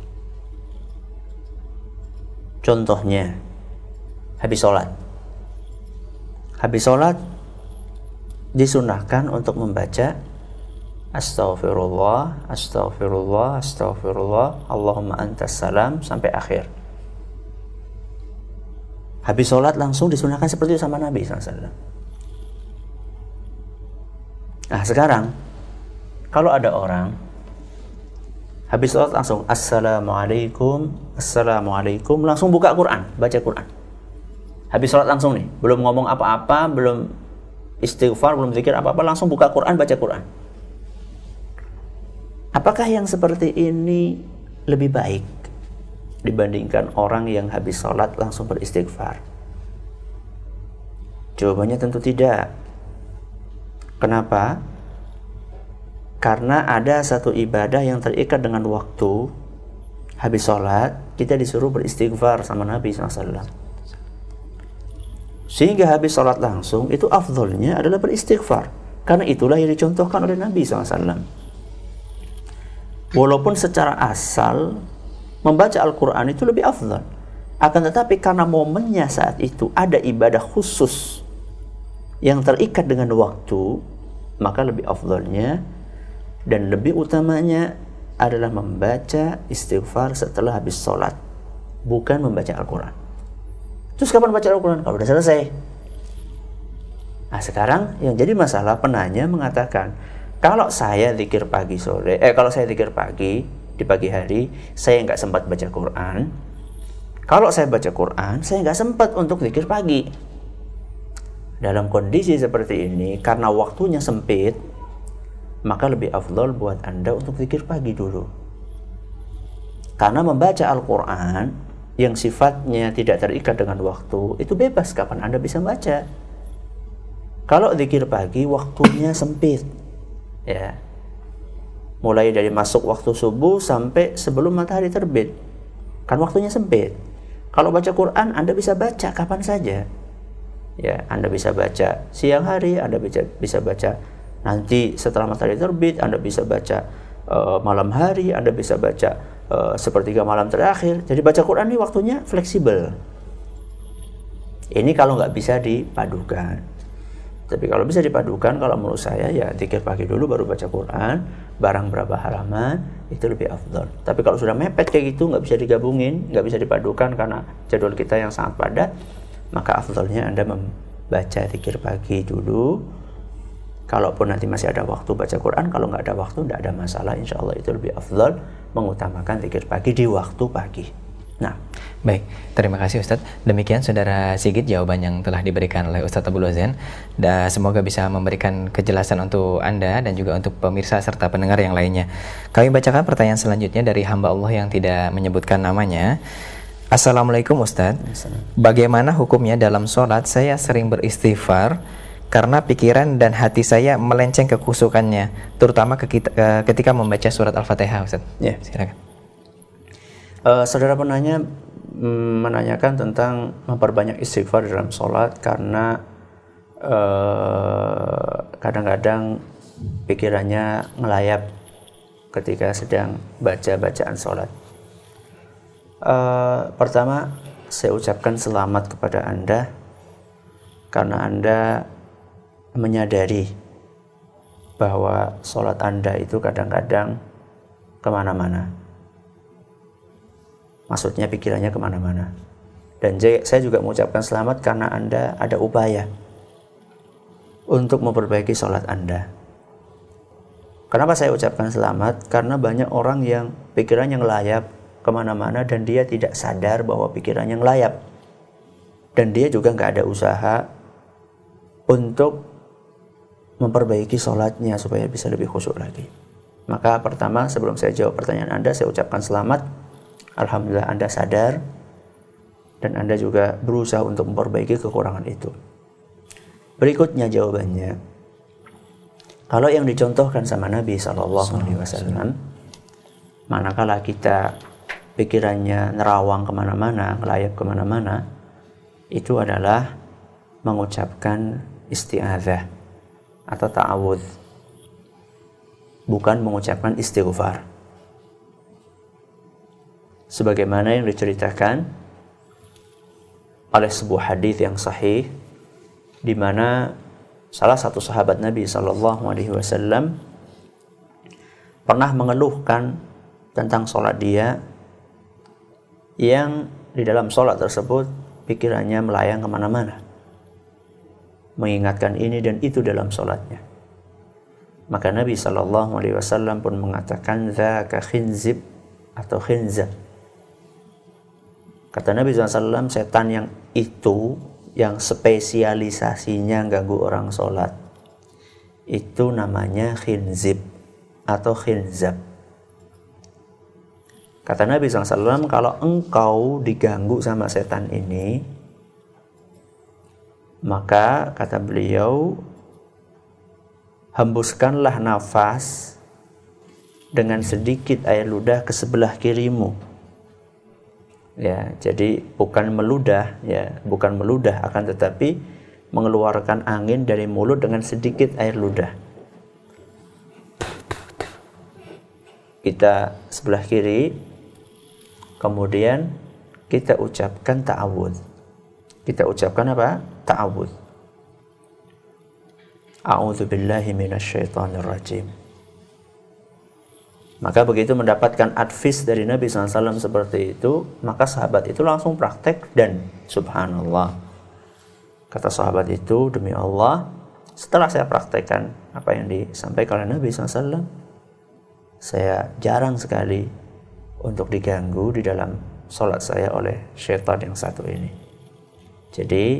Contohnya habis sholat. Habis sholat disunahkan untuk membaca Astaghfirullah, Astaghfirullah, Astaghfirullah, Allahumma antas salam sampai akhir. Habis sholat langsung disunahkan seperti itu sama Nabi SAW. Nah sekarang kalau ada orang habis sholat langsung Assalamualaikum, Assalamualaikum, langsung buka Quran, baca Quran. Habis sholat langsung nih, belum ngomong apa-apa, belum istighfar, belum zikir apa-apa, langsung buka Quran, baca Quran. Apakah yang seperti ini lebih baik dibandingkan orang yang habis sholat langsung beristighfar? Jawabannya tentu tidak. Kenapa? Karena ada satu ibadah yang terikat dengan waktu. Habis sholat, kita disuruh beristighfar sama Nabi SAW. Sehingga habis sholat langsung, itu afdolnya adalah beristighfar. Karena itulah yang dicontohkan oleh Nabi SAW. Walaupun secara asal, membaca Al-Quran itu lebih afdol. Akan tetapi karena momennya saat itu ada ibadah khusus yang terikat dengan waktu, maka lebih afdolnya dan lebih utamanya adalah membaca istighfar setelah habis sholat, bukan membaca Al-Quran. Terus kapan baca Al-Quran? Kalau udah selesai. Nah sekarang yang jadi masalah, penanya mengatakan, kalau saya zikir pagi sore, kalau saya zikir pagi di pagi hari, saya nggak sempat baca Quran. Kalau saya baca Quran, saya nggak sempat untuk zikir pagi. Dalam kondisi seperti ini, karena waktunya sempit, maka lebih afdol buat Anda untuk zikir pagi dulu. Karena membaca Al-Quran yang sifatnya tidak terikat dengan waktu, itu bebas kapan Anda bisa baca. Kalau zikir pagi, waktunya sempit. Ya, mulai dari masuk waktu subuh sampai sebelum matahari terbit, kan waktunya sempit. Kalau baca Quran, Anda bisa baca kapan saja. Ya, Anda bisa baca siang hari, Anda bisa baca nanti setelah matahari terbit, Anda bisa baca malam hari, Anda bisa baca sepertiga malam terakhir. Jadi baca Quran ini waktunya fleksibel. Ini kalau nggak bisa dipadukan. Tapi kalau bisa dipadukan, kalau menurut saya ya zikir pagi dulu baru baca Quran, barang berapa halaman, itu lebih afdol. Tapi kalau sudah mepet kayak gitu, nggak bisa digabungin, nggak bisa dipadukan karena jadwal kita yang sangat padat, maka afdolnya Anda membaca zikir pagi dulu. Kalaupun nanti masih ada waktu baca Quran, kalau nggak ada waktu, nggak ada masalah, insya Allah itu lebih afdol mengutamakan zikir pagi di waktu pagi. Nah, baik, terima kasih Ustadz. Demikian Saudara Sigit jawaban yang telah diberikan oleh Ustadz Abdul Wazan. Dan semoga bisa memberikan kejelasan untuk Anda dan juga untuk pemirsa serta pendengar yang lainnya. Kami bacakan pertanyaan selanjutnya dari hamba Allah yang tidak menyebutkan namanya. Assalamualaikum Ustadz. Bagaimana hukumnya dalam sholat saya sering beristighfar karena pikiran dan hati saya melenceng kekhusukannya, terutama ketika membaca surat Al-Fatihah Ustadz. Ya, silakan. Saudara penanya menanyakan tentang memperbanyak istighfar dalam sholat karena kadang-kadang pikirannya ngelayap ketika sedang baca bacaan sholat. Pertama, saya ucapkan selamat kepada Anda karena Anda menyadari bahwa sholat Anda itu kadang-kadang kemana-mana. Maksudnya pikirannya kemana-mana. Dan saya juga mengucapkan selamat karena Anda ada upaya untuk memperbaiki sholat Anda. Kenapa saya ucapkan selamat? Karena banyak orang yang pikirannya ngelayap kemana-mana dan dia tidak sadar bahwa pikirannya ngelayap. Dan dia juga nggak ada usaha untuk memperbaiki sholatnya supaya bisa lebih khusyuk lagi. Maka pertama, sebelum saya jawab pertanyaan Anda, saya ucapkan selamat. Alhamdulillah Anda sadar dan Anda juga berusaha untuk memperbaiki kekurangan itu. Berikutnya jawabannya, kalau yang dicontohkan sama Nabi SAW, manakala kita pikirannya nerawang kemana-mana, ngelayap kemana-mana, itu adalah mengucapkan isti'adzah atau ta'awudz, bukan mengucapkan istighfar. Sebagaimana yang diceritakan oleh sebuah hadis yang sahih, di mana salah satu sahabat Nabi SAW pernah mengeluhkan tentang sholat dia, yang di dalam sholat tersebut pikirannya melayang kemana-mana, mengingatkan ini dan itu dalam sholatnya. Maka Nabi SAW pun mengatakan, "Dzaka khinzib" atau khinzab. Kata Nabi SAW, setan yang itu yang spesialisasinya ganggu orang sholat, itu namanya khinzib atau khinzab. Kata Nabi SAW, kalau engkau diganggu sama setan ini, maka kata beliau, hembuskanlah nafas dengan sedikit air ludah ke sebelah kirimu. Ya, jadi bukan meludah, ya, bukan meludah, akan tetapi mengeluarkan angin dari mulut dengan sedikit air ludah. Kita sebelah kiri, kemudian kita ucapkan ta'awudz. Kita ucapkan apa? Ta'awudz. A'udzubillahi minasyaitonirrajim. Maka begitu mendapatkan advice dari Nabi SAW seperti itu, maka sahabat itu langsung praktek dan subhanallah, kata sahabat itu, demi Allah, setelah saya praktekkan apa yang disampaikan oleh Nabi SAW, saya jarang sekali untuk diganggu di dalam sholat saya oleh syaitan yang satu ini. Jadi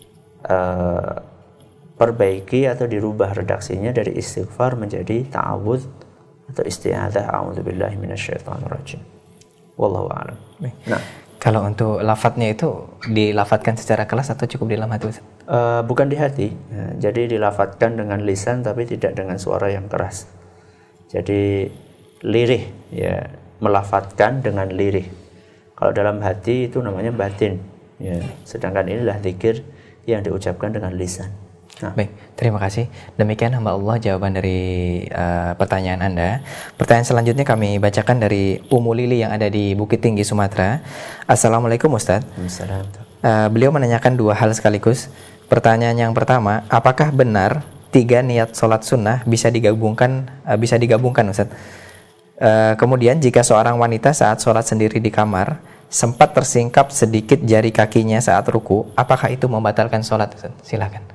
perbaiki atau dirubah redaksinya dari istighfar menjadi ta'awudz atau isti'adzah, a'udzubillahi minasyaitonirrajim. Wallahu a'lam. Nah, kalau untuk lafadznya itu dilafatkan secara keras atau cukup di dalam hati? Bukan di hati. Jadi dilafatkan dengan lisan tapi tidak dengan suara yang keras. Jadi lirih, ya, melafatkan dengan lirih. Kalau dalam hati itu namanya batin, ya. Sedangkan inilah zikir yang diucapkan dengan lisan. Nah. Baik, terima kasih. Demikian hamba Allah jawaban dari pertanyaan Anda. Pertanyaan selanjutnya kami bacakan dari Umu Lili yang ada di Bukit Tinggi, Sumatera. Assalamualaikum Ustaz. Beliau menanyakan dua hal sekaligus. Pertanyaan yang pertama, apakah benar 3 niat sholat sunnah bisa digabungkan Ustaz? Kemudian jika seorang wanita saat sholat sendiri di kamar sempat tersingkap sedikit jari kakinya saat ruku, apakah itu membatalkan sholat Ustaz? Silakan.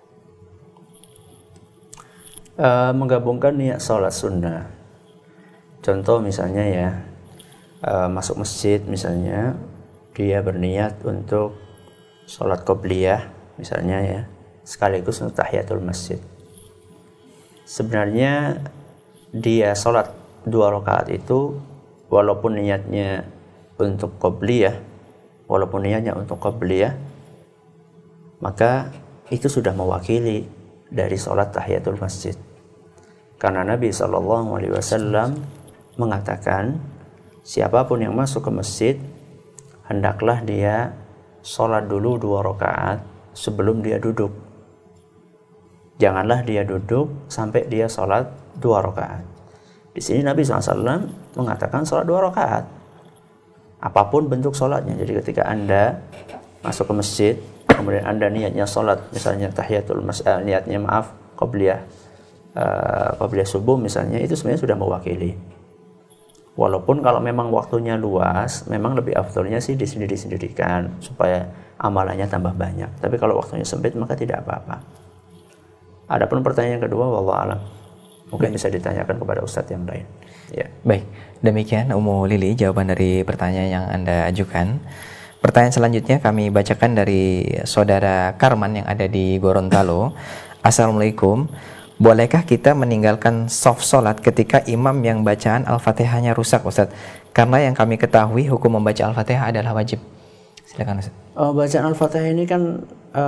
Menggabungkan niat sholat sunnah. Contoh misalnya ya, masuk masjid misalnya, dia berniat untuk sholat qobliyah misalnya ya, sekaligus untuk tahiyatul masjid. Sebenarnya dia sholat 2 rakaat itu walaupun niatnya untuk qobliyah, maka itu sudah mewakili dari sholat tahiyatul masjid. Karena Nabi SAW mengatakan, siapapun yang masuk ke masjid, hendaklah dia sholat dulu 2 rakaat sebelum dia duduk. Janganlah dia duduk sampai dia sholat 2 rakaat. Di sini Nabi SAW mengatakan sholat 2 rakaat. Apapun bentuk sholatnya. Jadi ketika Anda masuk ke masjid, kemudian Anda niatnya sholat, misalnya tahiyatul qobliyah subuh misalnya, itu sebenarnya sudah mewakili. Walaupun kalau memang waktunya luas, memang lebih afdolnya sih disendiri-sendirikan supaya amalannya tambah banyak. Tapi kalau waktunya sempit maka tidak apa-apa. Adapun pertanyaan yang kedua, wallahu alam, mungkin bisa ditanyakan kepada ustadz yang lain. Ya. Baik, demikian Umu Lili jawaban dari pertanyaan yang Anda ajukan. Pertanyaan selanjutnya kami bacakan dari saudara Karman yang ada di Gorontalo. Assalamualaikum. Bolehkah kita meninggalkan soft sholat ketika imam yang bacaan Al-Fatihahnya rusak, Ustaz? Karena yang kami ketahui hukum membaca Al-Fatihah adalah wajib. Silakan, Ustaz. Bacaan Al-Fatihah ini kan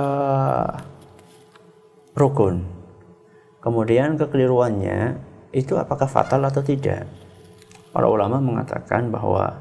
rukun. Kemudian kekeliruannya itu apakah fatal atau tidak? Para ulama mengatakan bahwa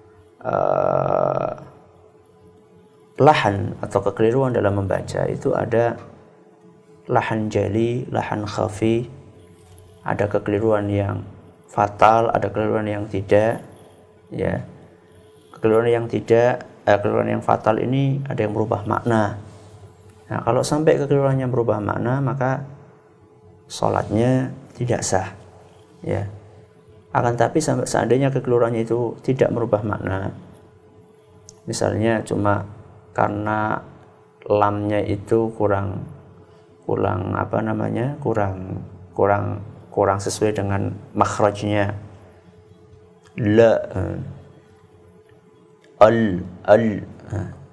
lahan atau kekeliruan dalam membaca itu ada lahan jali, lahan khafi, ada kekeliruan yang fatal, ada kekeliruan yang tidak, ya. Kekeliruan yang fatal ini ada yang merubah makna. Nah, kalau sampai kekeliruannya berubah makna, maka sholatnya tidak sah, ya. Akan tapi seandainya kekeliruannya itu tidak merubah makna, misalnya cuma karena lamnya itu kurang sesuai dengan makhrajnya,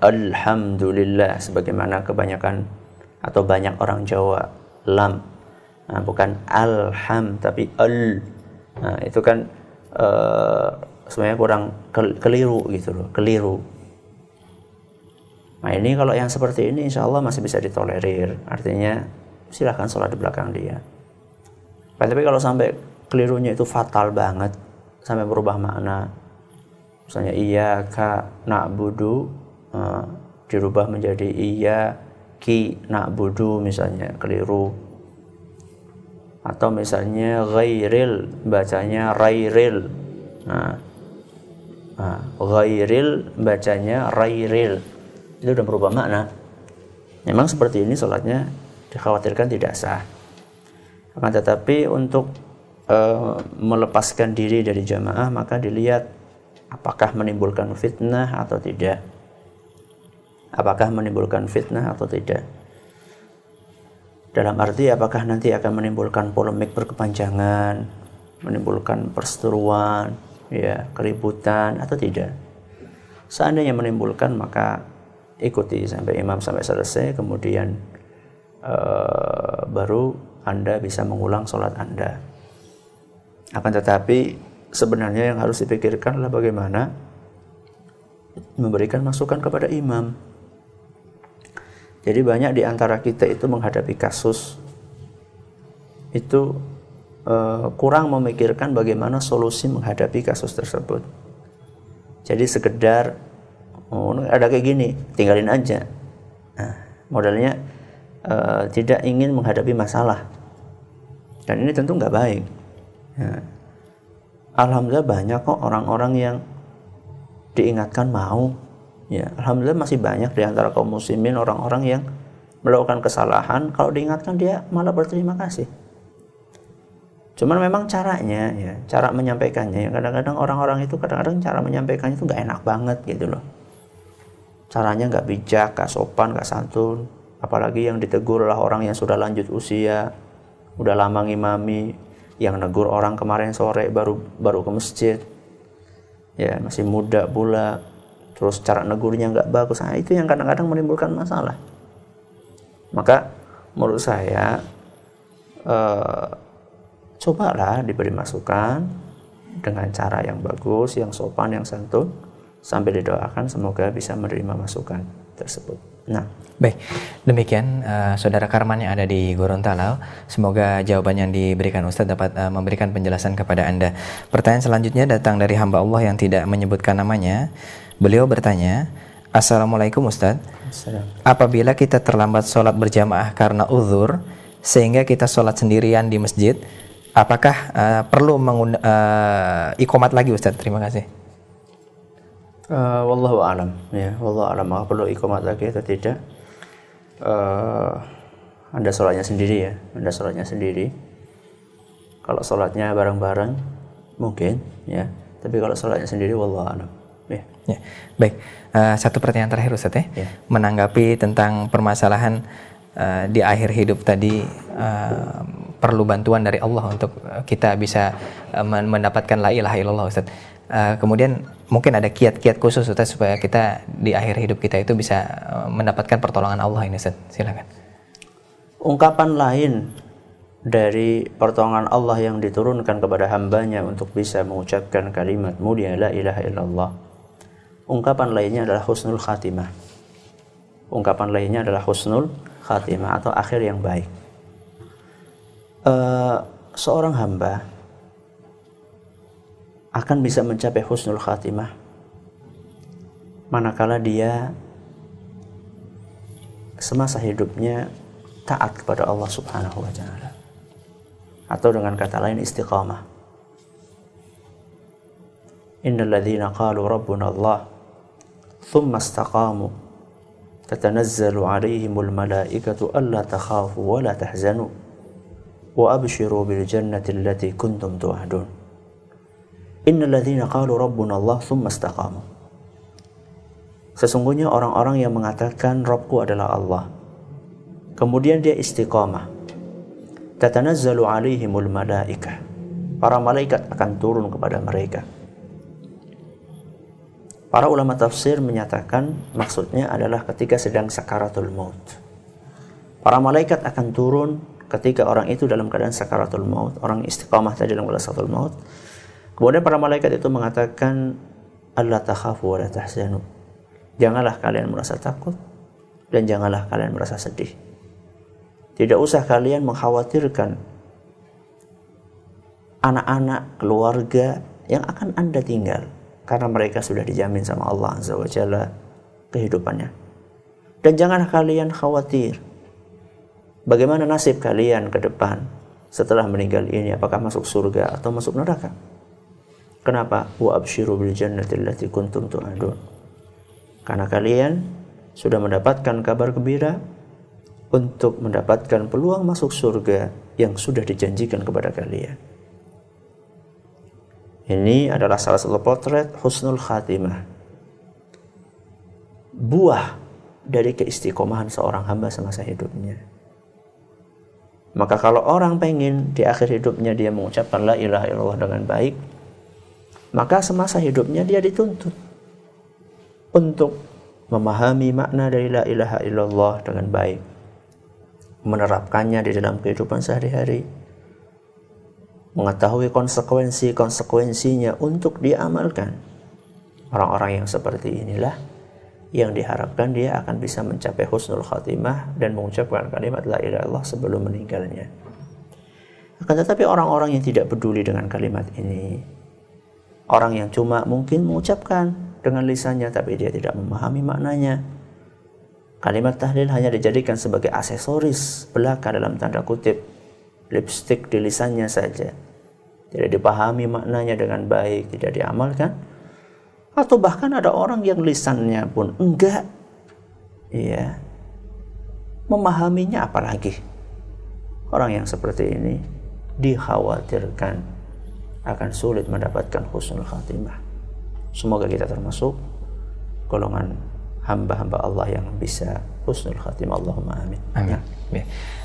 alhamdulillah, sebagaimana kebanyakan atau banyak orang Jawa lam. Nah, bukan alham tapi al. Nah, itu kan sebenarnya kurang keliru gitu loh, keliru. Nah, ini kalau yang seperti ini insya Allah masih bisa ditolerir, artinya silahkan sholat di belakang dia. Tapi kalau sampai kelirunya itu fatal banget, sampai berubah makna, misalnya iyyaka na'budu dirubah menjadi iyyaki na'budu misalnya, keliru. Atau misalnya ghairil bacanya rairil, ghairil bacanya rairil, itu udah berubah makna. Memang seperti ini sholatnya dikhawatirkan tidak sah. Akan tetapi untuk melepaskan diri dari jamaah, maka dilihat apakah menimbulkan fitnah atau tidak. Apakah menimbulkan fitnah atau tidak. Dalam arti apakah nanti akan menimbulkan polemik berkepanjangan, menimbulkan perseteruan, ya, keributan atau tidak. Seandainya menimbulkan, maka ikuti sampai imam sampai selesai, kemudian baru Anda bisa mengulang sholat Anda. Akan tetapi sebenarnya yang harus dipikirkan adalah bagaimana memberikan masukan kepada imam. Jadi banyak di antara kita itu menghadapi kasus itu kurang memikirkan bagaimana solusi menghadapi kasus tersebut. Jadi sekedar ada kayak gini, tinggalin aja. Nah, modalnya tidak ingin menghadapi masalah, dan ini tentu nggak baik. Ya. Alhamdulillah banyak kok orang-orang yang diingatkan mau. Ya, alhamdulillah masih banyak di antara kaum muslimin orang-orang yang melakukan kesalahan, kalau diingatkan dia malah berterima kasih. Cuman memang caranya, ya, cara menyampaikannya, kadang-kadang orang-orang itu kadang-kadang cara menyampaikannya itu nggak enak banget gitu loh. Caranya nggak bijak, nggak sopan, nggak santun. Apalagi yang ditegur adalah orang yang sudah lanjut usia, udah lama ngimami, yang negur orang kemarin sore baru ke masjid, ya masih muda pula. Terus cara negurnya nggak bagus, nah itu yang kadang-kadang menimbulkan masalah. Maka menurut saya cobalah diberi masukan dengan cara yang bagus, yang sopan, yang santun, sambil didoakan semoga bisa menerima masukan tersebut. Nah, baik, demikian saudara Karman yang ada di Gorontalo, semoga jawaban yang diberikan Ustadz dapat memberikan penjelasan kepada Anda. Pertanyaan selanjutnya datang dari hamba Allah yang tidak menyebutkan namanya. Beliau bertanya, Assalamualaikum Ustadz, apabila kita terlambat sholat berjamaah karena uzur sehingga kita sholat sendirian di masjid, apakah perlu iqomat lagi Ustadz? Terima kasih. Wallahu a'lam, ya, wallahu a'lam, maka perlu iqomat lagi atau tidak. Anda sholatnya sendiri, ya, Anda sholatnya sendiri. Kalau sholatnya bareng-bareng mungkin, ya, tapi kalau sholatnya sendiri wallahu a'lam. Ya, baik. Satu pertanyaan terakhir Ustaz, ya. Menanggapi tentang permasalahan di akhir hidup tadi, perlu bantuan dari Allah untuk kita bisa mendapatkan la ilaha illallah Ustaz. Kemudian mungkin ada kiat-kiat khusus Ustaz supaya kita di akhir hidup kita itu bisa mendapatkan pertolongan Allah ini Ustaz. Silakan. Ungkapan lain dari pertolongan Allah yang diturunkan kepada hambanya untuk bisa mengucapkan kalimat mulia la ilaha illallah, ungkapan lainnya adalah husnul khatimah. Ungkapan lainnya adalah husnul khatimah atau akhir yang baik. Seorang hamba akan bisa mencapai husnul khatimah manakala dia semasa hidupnya taat kepada Allah Subhanahu wa ta'ala, atau dengan kata lain istiqamah. Innal ladzina qalu rabbuna Allah thumma istaqamu tatanazzalu 'alaihimul malaikatu alla takhafu wa la tahzanu wa abshiru bil jannati allati kuntum tu'adun. Innal ladzina qalu rabbuna Allah thumma istaqamu. Sesungguhnya orang-orang yang mengatakan Rabbku adalah Allah, kemudian dia istiqamah, tatanazzalu 'alaihimul malaikah, para malaikat akan turun kepada mereka. Para ulama tafsir menyatakan maksudnya adalah ketika sedang sakaratul maut. Para malaikat akan turun ketika orang itu dalam keadaan sakaratul maut, orang istiqamah tadi dalam keadaan sakaratul maut. Kemudian para malaikat itu mengatakan, alla takhafu wa la tahzanu. Janganlah kalian merasa takut dan janganlah kalian merasa sedih. Tidak usah kalian mengkhawatirkan anak-anak, keluarga yang akan Anda tinggal, karena mereka sudah dijamin sama Allah Azza wa Jalla kehidupannya. Dan janganlah kalian khawatir bagaimana nasib kalian ke depan setelah meninggal ini, apakah masuk surga atau masuk neraka. Kenapa? Wa absyiru bil jannati allati kuntum tu'adun. Karena kalian sudah mendapatkan kabar gembira untuk mendapatkan peluang masuk surga yang sudah dijanjikan kepada kalian. Ini adalah salah satu potret husnul khatimah, buah dari keistiqomahan seorang hamba semasa hidupnya. Maka kalau orang pengen di akhir hidupnya dia mengucapkan la ilaha illallah dengan baik, maka semasa hidupnya dia dituntut untuk memahami makna dari la ilaha illallah dengan baik, menerapkannya di dalam kehidupan sehari-hari, mengetahui konsekuensinya untuk diamalkan. Orang-orang yang seperti inilah yang diharapkan dia akan bisa mencapai husnul khatimah dan mengucapkan kalimat la ilaha illallah sebelum meninggalnya. Akan tetapi orang-orang yang tidak peduli dengan kalimat ini, orang yang cuma mungkin mengucapkan dengan lisannya tapi dia tidak memahami maknanya, kalimat tahlil hanya dijadikan sebagai aksesoris belaka dalam tanda kutip, lipstik di lisannya saja, tidak dipahami maknanya dengan baik, tidak diamalkan. Atau bahkan ada orang yang lisannya pun enggak memahaminya, apalagi orang yang seperti ini dikhawatirkan akan sulit mendapatkan husnul khatimah. Semoga kita termasuk golongan hamba-hamba Allah yang bisa husnul khatimah. Allahumma amin. Amin.